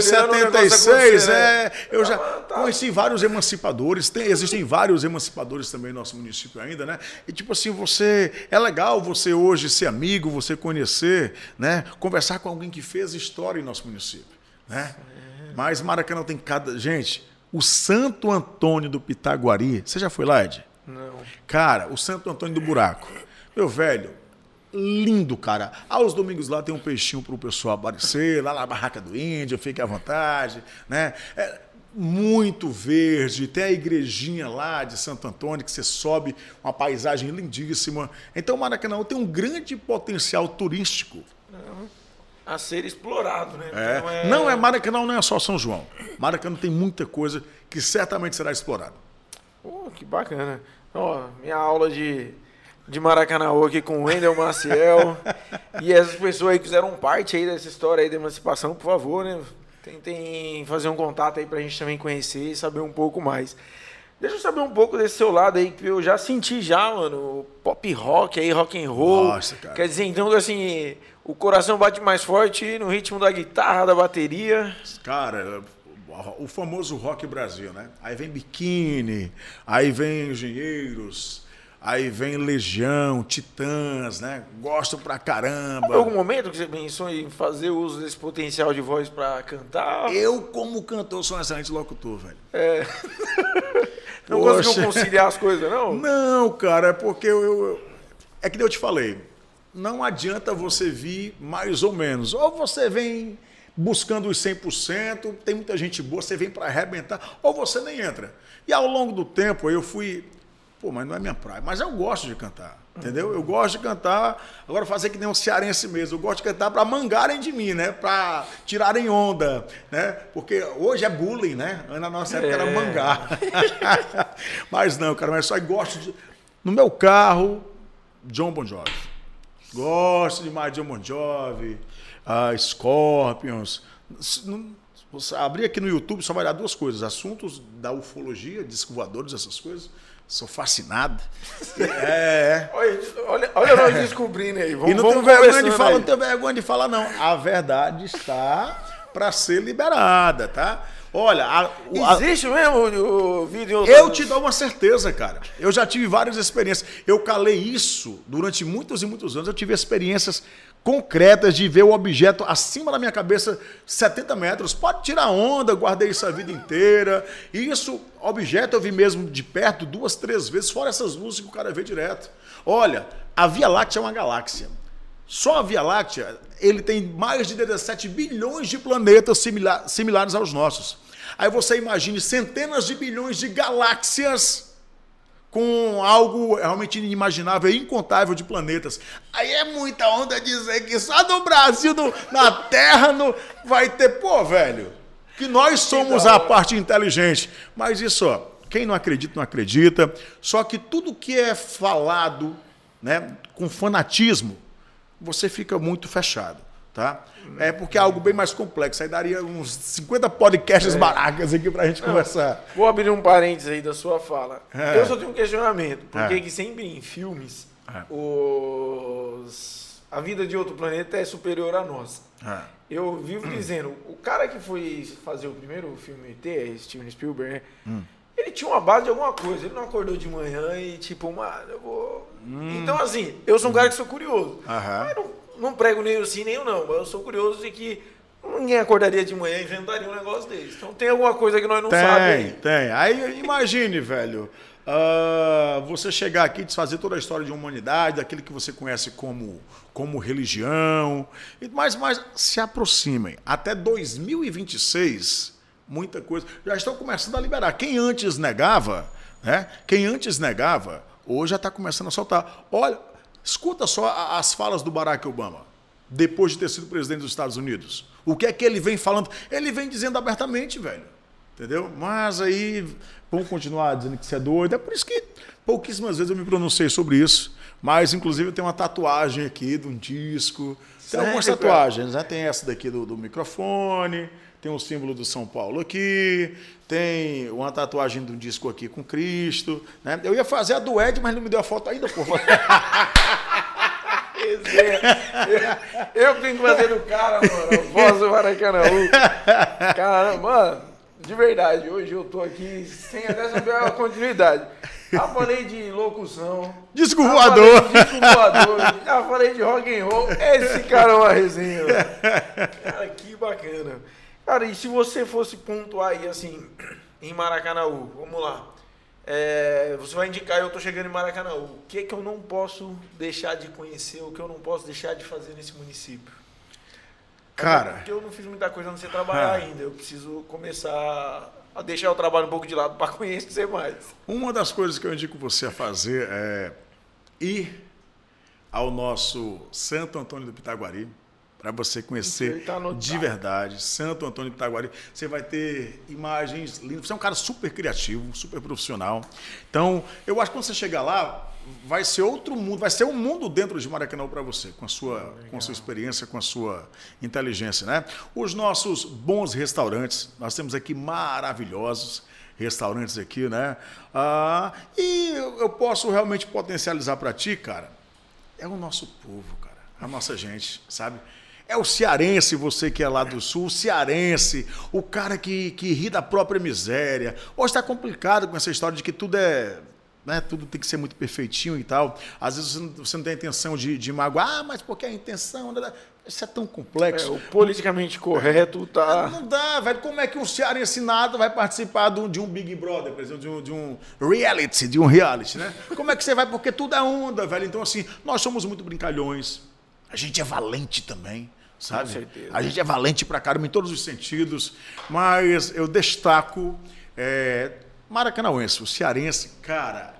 76, eu já conheci vários emancipadores, existem vários emancipadores também no nosso município ainda, né? E tipo assim, é legal você hoje ser amigo, você conhecer, né? Conversar com alguém que fez história em nosso município, né? Mas Maracanã tem gente, o Santo Antônio do Pitaguari, você já foi lá, Ed? Não. Cara, o Santo Antônio do Buraco, meu velho, lindo, cara. Aos domingos lá tem um peixinho pro pessoal aparecer, lá na barraca do índio, fique à vontade, né? É muito verde, tem a igrejinha lá de Santo Antônio, que você sobe, uma paisagem lindíssima. Então, Maracanã tem um grande potencial turístico. A ser explorado, né? Maracanã não é só São João. Maracanã tem muita coisa que certamente será explorada. Que bacana. Minha aula de Maracanaú aqui com o Wendel Maciel. E essas pessoas aí que fizeram parte aí dessa história aí da emancipação, por favor, né? Tentem fazer um contato aí pra gente também conhecer e saber um pouco mais. Deixa eu saber um pouco desse seu lado aí, que eu já senti mano, pop rock aí, rock and roll. Nossa, cara. Quer dizer, então, assim, o coração bate mais forte no ritmo da guitarra, da bateria. Cara, o famoso rock Brasil, né? Aí vem Biquíni, aí vem Engenheiros, aí vem Legião, Titãs, né? Gosto pra caramba. Em algum momento que você pensou em fazer uso desse potencial de voz pra cantar? Eu, como cantor, sou um excelente locutor, velho. Não conseguiu conciliar as coisas, não? Não, cara, é porque é que eu te falei, não adianta você vir mais ou menos. Ou você vem buscando os 100%, tem muita gente boa, você vem para arrebentar, ou você nem entra. E ao longo do tempo eu fui... mas não é minha praia. Mas eu gosto de cantar, entendeu? Eu gosto de cantar, agora fazer que nem um cearense mesmo. Eu gosto de cantar para mangarem de mim, né? Para tirarem onda, né? Porque hoje é bullying, né? Na nossa época era mangar. Mas não, cara, mas só gosto de... No meu carro, John Bon Jovi. Gosto demais de John Bon Jovi, Scorpions. Você abrir aqui no YouTube só vai dar 2 coisas. Assuntos da ufologia, discos voadores, essas coisas. Sou fascinado. Olha nós descobrindo aí. E não tenho vergonha de falar, não tenho vergonha de falar, não. A verdade está para ser liberada, tá? Olha, existe mesmo o vídeo? Eu te dou uma certeza, cara. Eu já tive várias experiências. Eu calei isso durante muitos e muitos anos. Eu tive experiências concretas de ver o objeto acima da minha cabeça, 70 metros. Pode tirar onda, guardei isso a vida inteira. E isso, objeto, eu vi mesmo de perto 2, 3 vezes, fora essas luzes que o cara vê direto. Olha, a Via Láctea é uma galáxia. Só a Via Láctea, ele tem mais de 17 bilhões de planetas similares aos nossos. Aí você imagine centenas de bilhões de galáxias com algo realmente inimaginável, incontável de planetas. Aí é muita onda dizer que só no Brasil, na Terra, vai ter... Pô, velho, que nós somos a parte inteligente. Mas isso, ó, quem não acredita, não acredita. Só que tudo que é falado, né, com fanatismo, você fica muito fechado, tá? É porque é algo bem mais complexo. Aí daria uns 50 podcasts baracas aqui pra gente conversar. Vou abrir um parênteses aí da sua fala. Eu só tenho um questionamento. Por que sempre em filmes a vida de outro planeta é superior à nossa? Eu vivo dizendo, o cara que foi fazer o primeiro filme ET, Steven Spielberg, né? Ele tinha uma base de alguma coisa. Ele não acordou de manhã e tipo, mano, eu vou... Então, assim, eu sou um cara que sou curioso. Mas não prego nem o sim, nem o não. Mas eu sou curioso de que ninguém acordaria de manhã e inventaria um negócio desse. Então tem alguma coisa que nós não sabemos. Tem. Aí imagine, velho, você chegar aqui e desfazer toda a história de humanidade, daquele que você conhece como religião. Mas se aproximem. Até 2026... muita coisa. Já estão começando a liberar. Quem antes negava, hoje já está começando a soltar. Olha, escuta só as falas do Barack Obama, depois de ter sido presidente dos Estados Unidos. O que é que ele vem falando? Ele vem dizendo abertamente, velho. Entendeu? Mas aí vão continuar dizendo que você é doido. É por isso que pouquíssimas vezes eu me pronunciei sobre isso. Mas, inclusive, eu tenho uma tatuagem aqui de um disco. Tem algumas tatuagens, né? Tem essa daqui do microfone. Tem um símbolo do São Paulo aqui, tem uma tatuagem de um disco aqui com Cristo, né? Eu ia fazer a do Ed, mas não me deu a foto ainda, porra. Eu tenho que fazer do cara, mano. Voz do Maracanã. Cara, mano, de verdade, hoje eu tô aqui sem até saber a continuidade. Já falei de locução. Disco voador. Já falei de rock and roll. Esse cara é uma resenha. Cara, que bacana. Cara, e se você fosse pontuar aí, assim, em Maracanaú, vamos lá. Você vai indicar, eu tô chegando em Maracanaú. O que eu não posso deixar de conhecer, o que eu não posso deixar de fazer nesse município? Cara... Porque eu não fiz muita coisa, a não sei trabalhar ainda. Eu preciso começar a deixar o trabalho um pouco de lado para conhecer mais. Uma das coisas que eu indico você a fazer é ir ao nosso Santo Antônio do Pitaguari, para você conhecer de verdade Santo Antônio do Pitaguari. Você vai ter imagens lindas. Você é um cara super criativo, super profissional. Então, eu acho que quando você chegar lá, vai ser outro mundo, vai ser um mundo dentro de Maracanã para você, com a sua experiência, com a sua inteligência, né? Os nossos bons restaurantes, nós temos aqui maravilhosos restaurantes aqui, né? E eu posso realmente potencializar para ti, cara, é o nosso povo, cara, a nossa gente, sabe? É o cearense, você que é lá do sul, o cearense, o cara que ri da própria miséria. Hoje está complicado com essa história de que tudo tudo tem que ser muito perfeitinho e tal. Às vezes você não tem a intenção de magoar, mas porque a intenção... Isso é tão complexo. O politicamente correto tá... Não dá, velho. Como é que um cearense nada vai participar de um Big Brother, por exemplo, de um reality, né? Como é que você vai? Porque tudo é onda, velho. Então, assim, nós somos muito brincalhões. A gente é valente também, sabe? Com certeza. A gente é valente pra caramba em todos os sentidos, mas eu destaco maracanaense, o cearense, cara,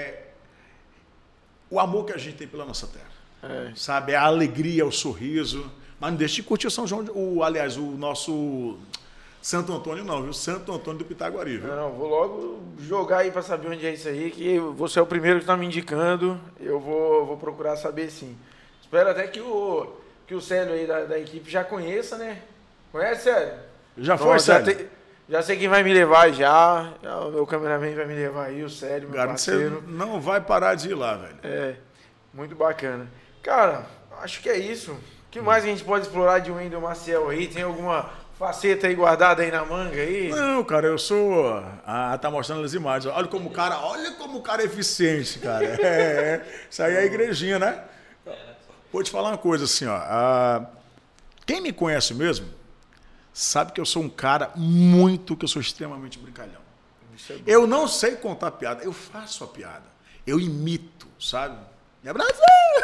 o amor que a gente tem pela nossa terra, sabe? A alegria, o sorriso, mas não deixe de curtir o São João, o nosso Santo Antônio não, viu? Santo Antônio do Pitaguari, viu? Não, vou logo jogar aí pra saber onde é isso aí, que você é o primeiro que tá me indicando, eu vou procurar saber sim. Espero até que o Célio aí da equipe já conheça, né? Conhece, Célio? Já foi, Célio? Já sei quem vai me levar já. O meu cameraman vai me levar aí, o Célio, meu parceiro. Você não vai parar de ir lá, velho. É, muito bacana. Cara, acho que é isso. O que mais a gente pode explorar de Wendel Maciel aí? Tem alguma faceta aí guardada aí na manga aí? Não, cara, eu sou... tá mostrando as imagens. Olha como o cara é eficiente, cara. Isso aí é a igrejinha, né? Vou te falar uma coisa assim, ó. Quem me conhece mesmo sabe que eu sou um cara que eu sou extremamente brincalhão. Eu não sei contar piada, eu faço a piada. Eu imito, sabe? É Brasil!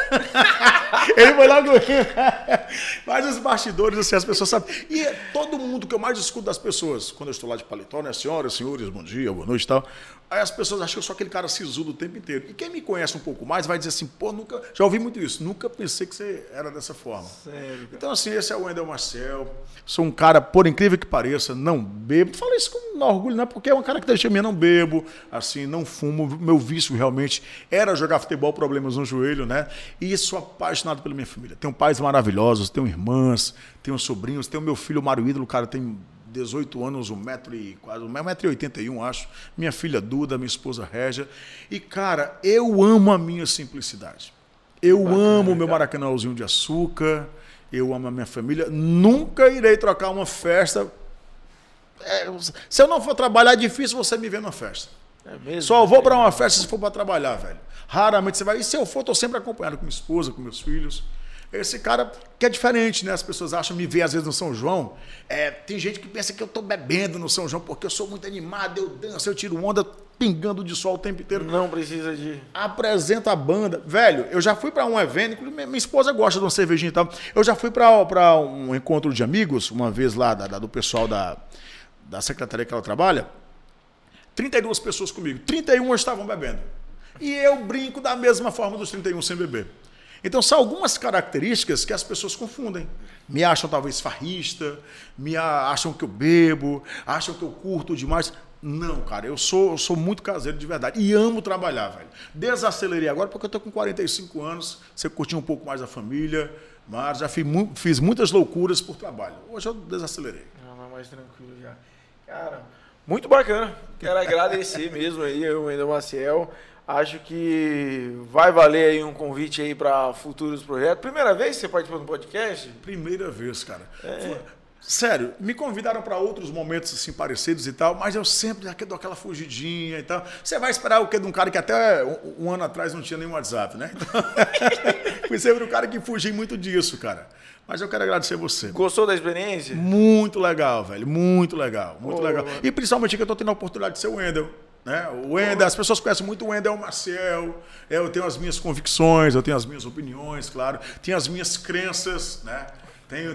Ele foi logo... Mas os bastidores, assim, as pessoas sabem. E todo mundo que eu mais escuto das pessoas, quando eu estou lá de paletó, né? Senhoras, senhores, bom dia, boa noite e tal. Aí as pessoas acham que eu sou aquele cara sisudo o tempo inteiro. E quem me conhece um pouco mais vai dizer assim, pô, já ouvi muito isso, nunca pensei que você era dessa forma. Sério, cara. Então, assim, esse é o Wendel Maciel. Sou um cara, por incrível que pareça, não bebo. Falo isso com orgulho, não é porque é uma característica minha, não bebo, assim, não fumo. Meu vício realmente era jogar futebol, problemas no joelho, né? E sou apaixonado pela minha família. Tenho pais maravilhosos, tenho irmãs, tenho sobrinhos, tenho meu filho Mário Ídolo, cara, tem 18 anos, 1,81 m, acho. Minha filha Duda, minha esposa Régia. E, cara, eu amo a minha simplicidade. Eu amo o meu Maracanãzinho de açúcar. Eu amo a minha família. Nunca irei trocar uma festa. Se eu não for trabalhar, é difícil você me ver numa festa. É mesmo? Só vou para uma festa se for para trabalhar, velho. Raramente você vai. E se eu for, estou sempre acompanhado com minha esposa, com meus filhos. Esse cara que é diferente, né? As pessoas acham me ver às vezes no São João. Tem gente que pensa que eu estou bebendo no São João porque eu sou muito animado, eu danço, eu tiro onda pingando de sol o tempo inteiro. Não precisa de... Apresento a banda. Velho, eu já fui para um evento, inclusive minha esposa gosta de uma cervejinha e tal. Eu já fui para um encontro de amigos, uma vez lá, do pessoal da secretaria que ela trabalha. 32 pessoas comigo. 31 estavam bebendo. E eu brinco da mesma forma dos 31 sem beber. Então, são algumas características que as pessoas confundem. Me acham talvez farrista, acham que eu bebo, acham que eu curto demais. Não, cara, eu sou muito caseiro de verdade e amo trabalhar, velho. Desacelerei agora porque eu tô com 45 anos, você curtiu um pouco mais a família, mas já fiz muitas loucuras por trabalho. Hoje eu desacelerei. Não, mais tranquilo já. Cara, muito bacana. Quero agradecer mesmo aí, o Wendel Maciel. Acho que vai valer aí um convite aí para futuros projetos. Primeira vez que você participou do podcast? Primeira vez, cara. Sério, me convidaram para outros momentos assim parecidos e tal, mas eu sempre dou aquela fugidinha e tal. Você vai esperar o quê de um cara que até um ano atrás não tinha nem WhatsApp, né? Então, fui sempre um cara que fugi muito disso, cara. Mas eu quero agradecer você. Gostou da experiência? Muito legal, velho. Muito legal. Muito legal. E principalmente que eu tô tendo a oportunidade de ser o Wendel. Né? O Wendel, as pessoas conhecem muito o Wendel Maciel. Eu tenho as minhas convicções, eu tenho as minhas opiniões, claro. Tenho as minhas crenças, né? Tenho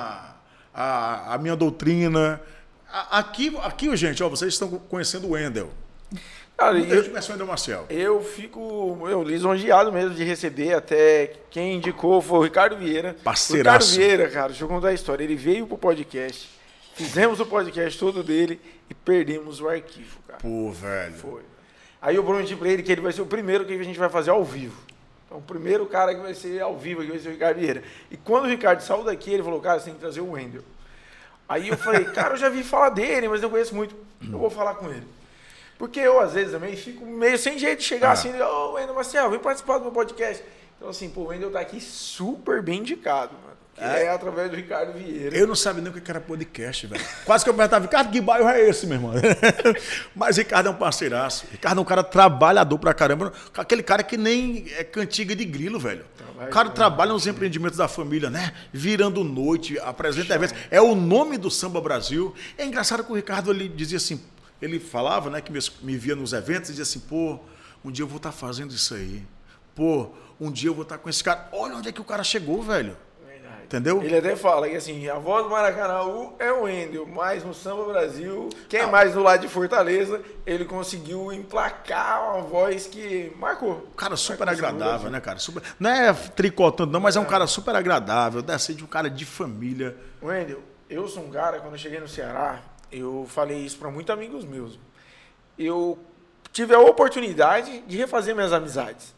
a minha doutrina. Aqui, gente, ó, vocês estão conhecendo o Wendel. Cara, Muita gente conhece o Wendel Maciel. Eu fico lisonjeado mesmo de receber. Até quem indicou foi o Ricardo Vieira. Parceiraço. O Ricardo Vieira, cara, deixa eu contar a história. Ele veio pro podcast, fizemos o podcast todo dele e perdemos o arquivo, cara. Pô, velho. Foi. Aí eu prometi pra ele que ele vai ser o primeiro que a gente vai fazer ao vivo. Então, o primeiro cara que vai ser ao vivo aqui vai ser o Ricardo Vieira. E quando o Ricardo saiu daqui, ele falou, cara, você tem que trazer o Wendel. Aí eu falei, cara, eu já vi falar dele, mas não conheço muito. Eu vou falar com ele. Porque eu, às vezes, também fico meio sem jeito de chegar assim, ô, Wendel Maciel, vem participar do meu podcast. Então, assim, pô, o Wendel tá aqui super bem indicado, mano. É através do Ricardo Vieira. Eu não sabia nem o que era podcast, velho. Quase que eu perguntava, Ricardo, que bairro é esse, meu irmão? Mas Ricardo é um parceiraço. Ricardo é um cara trabalhador pra caramba. Aquele cara que nem é cantiga de grilo, velho. O cara trabalha nos empreendimentos da família, né? Virando noite, apresenta eventos. É o nome do Samba Brasil. É engraçado que o Ricardo, ele dizia assim, ele falava, né, que me via nos eventos e dizia assim, pô, um dia eu vou estar fazendo isso aí. Pô, um dia eu vou estar com esse cara. Olha onde é que o cara chegou, velho. Entendeu? Ele até fala que assim, a voz do Maracanã é o Wendel, mas no Samba Brasil, quem mais do lado de Fortaleza, ele conseguiu emplacar uma voz que marcou. Cara super agradável, né, cara? Super, não é tricotando não, mas é um cara super agradável, deve ser de um cara de família. Wendel, eu sou um cara, quando eu cheguei no Ceará, eu falei isso para muitos amigos meus. Eu tive a oportunidade de refazer minhas amizades.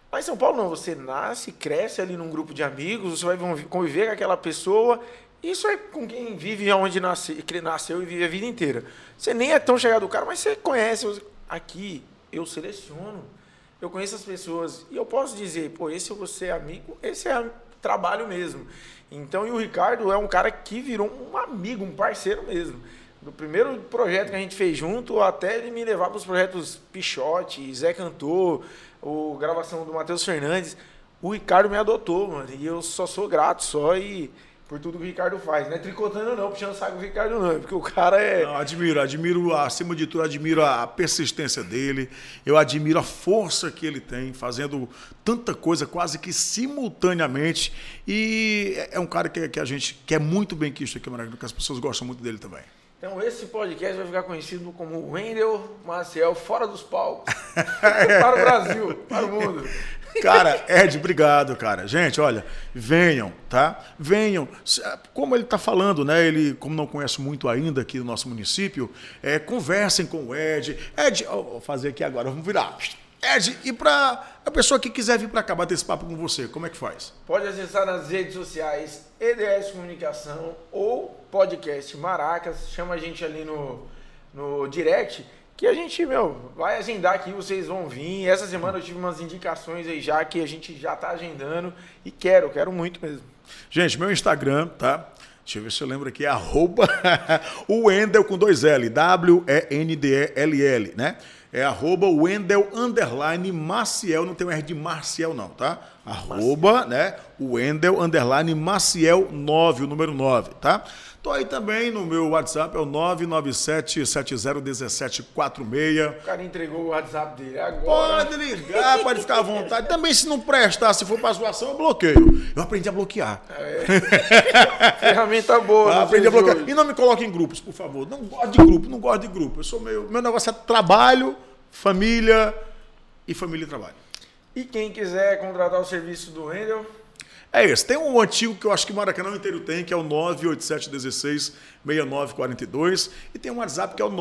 Lá em São Paulo não, você nasce, cresce ali num grupo de amigos, você vai conviver com aquela pessoa. Isso é com quem vive onde nasceu e vive a vida inteira. Você nem é tão chegado do cara, mas você conhece. Aqui, eu seleciono, eu conheço as pessoas e eu posso dizer, pô, esse eu vou ser amigo, esse é trabalho mesmo. Então, e o Ricardo é um cara que virou um amigo, um parceiro mesmo. Do primeiro projeto que a gente fez junto, até ele me levar para os projetos Pichote, Zé Cantor, a gravação do Matheus Fernandes, o Ricardo me adotou, mano, e eu só sou grato, por tudo que o Ricardo faz. Não é tricotando não, puxando o saco do Ricardo não, porque o cara é... Não, admiro, acima de tudo, admiro a persistência dele, eu admiro a força que ele tem, fazendo tanta coisa quase que simultaneamente, e é um cara que a gente quer muito bem quisto aqui, que as pessoas gostam muito dele também. Então esse podcast vai ficar conhecido como Wendel Maciel Fora dos Palcos, para o Brasil, para o mundo. Cara, Ed, obrigado, cara. Gente, olha, venham, tá? Venham. Como ele está falando, né? Ele, como não conhece muito ainda aqui no nosso município, conversem com o Ed. Ed, vou fazer aqui agora, vamos virar. Ed, e para a pessoa que quiser vir para cá bater esse papo com você, como é que faz? Pode acessar nas redes sociais EDS Comunicação ou podcast Maracas. Chama a gente ali no direct, que a gente, vai agendar aqui, vocês vão vir. Essa semana eu tive umas indicações aí já, que a gente já tá agendando e quero muito mesmo. Gente, meu Instagram, tá? Deixa eu ver se eu lembro aqui, é o Wendel com 2 L, WENDELL, né? É @Wendel_Maciel, não tem um R de Marcial não, tá? @ Wendel_Maciel 9, o número 9, tá? Tô aí também no meu WhatsApp, é o 997701746. O cara entregou o WhatsApp dele agora. Pode ligar, pode ficar à vontade. Também se não prestar, se for pra zoação, eu bloqueio. Eu aprendi a bloquear. Ferramenta boa. Aprendi a bloquear. E não me coloque em grupos, por favor. Não gosto de grupo. Meu negócio é trabalho, família e família e trabalho. E quem quiser contratar o serviço do Wendel... É esse. Tem um antigo que eu acho que o Maracanã inteiro tem, que é o 987166942. E tem um WhatsApp que é o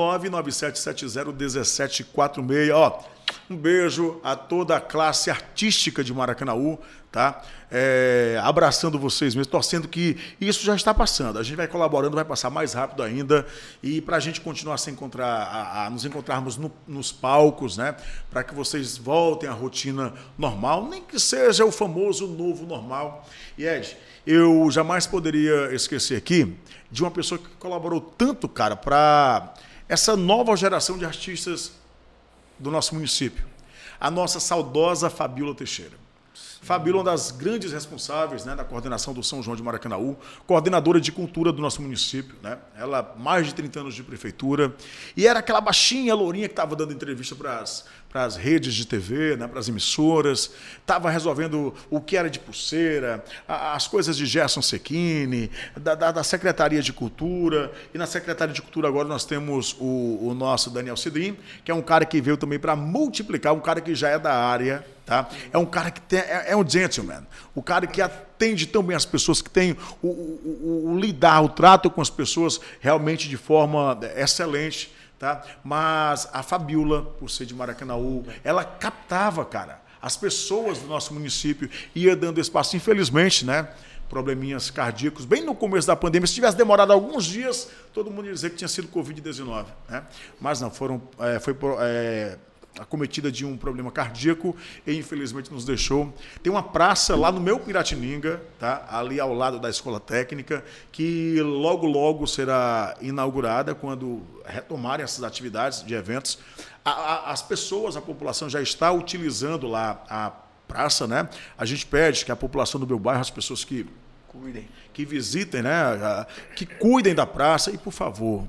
997701746. Ó, um beijo a toda a classe artística de Maracanaú, tá? Abraçando vocês mesmo, torcendo que isso já está passando. A gente vai colaborando, vai passar mais rápido ainda. E para a gente continuar a se encontrar, nos encontrarmos nos palcos, né? Para que vocês voltem à rotina normal, nem que seja o famoso novo normal. E Ed, eu jamais poderia esquecer aqui de uma pessoa que colaborou tanto, cara, para essa nova geração de artistas do nosso município. A nossa saudosa Fabíola Teixeira. Fabíola é uma das grandes responsáveis, né, da coordenação do São João de Maracanaú, coordenadora de cultura do nosso município, né? Ela, mais de 30 anos de prefeitura, e era aquela baixinha, lourinha que estava dando entrevista para as redes de TV, né, para as emissoras, estava resolvendo o que era de pulseira, as coisas de Gerson Secchini, da Secretaria de Cultura, e na Secretaria de Cultura agora nós temos o nosso Daniel Cidrim, que é um cara que veio também para multiplicar, um cara que já é da área, tá? É um cara que é um gentleman, o cara que atende tão bem as pessoas, que tem o lidar, o trato com as pessoas realmente de forma excelente, tá? Mas a Fabíola, por ser de Maracanaú, ela captava, cara, as pessoas do nosso município, ia dando espaço, infelizmente, né? Probleminhas cardíacos, bem no começo da pandemia, se tivesse demorado alguns dias, todo mundo ia dizer que tinha sido Covid-19, né? Mas não, foi acometida de um problema cardíaco e infelizmente nos deixou. Tem uma praça lá no meu Piratininga, tá? Ali ao lado da Escola Técnica, que logo será inaugurada quando retomarem essas atividades de eventos. As pessoas, a população já está utilizando lá a praça, né? A gente pede que a população do meu bairro, as pessoas que visitem, né? Que cuidem da praça e, por favor,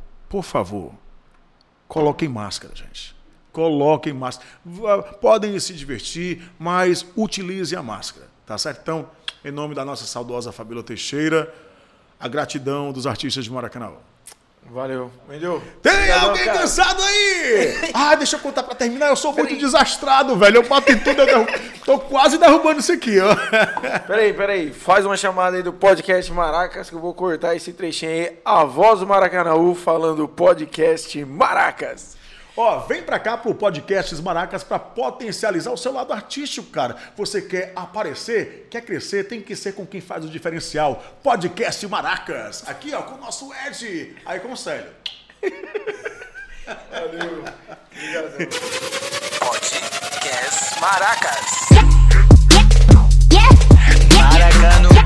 coloquem máscara, gente. Coloquem máscara. Podem se divertir, mas utilizem a máscara, tá certo? Então, em nome da nossa saudosa Fabíola Teixeira, a gratidão dos artistas de Maracanaú. Valeu. Wendel. Tem alguém cansado aí? Deixa eu contar pra terminar. Eu sou muito desastrado, velho. Eu bato em tudo. Tô quase derrubando isso aqui, ó. Peraí. Faz uma chamada aí do podcast Maracas que eu vou cortar esse trechinho aí. A voz do Maracanaú falando podcast Maracas. Ó, vem pra cá pro Podcasts Maracas pra potencializar o seu lado artístico, cara. Você quer aparecer, quer crescer, tem que ser com quem faz o diferencial. Podcast Maracas. Aqui, ó, com o nosso Ed. Aí com o Célio. Valeu. Obrigado. Podcast Maracas. Maracano.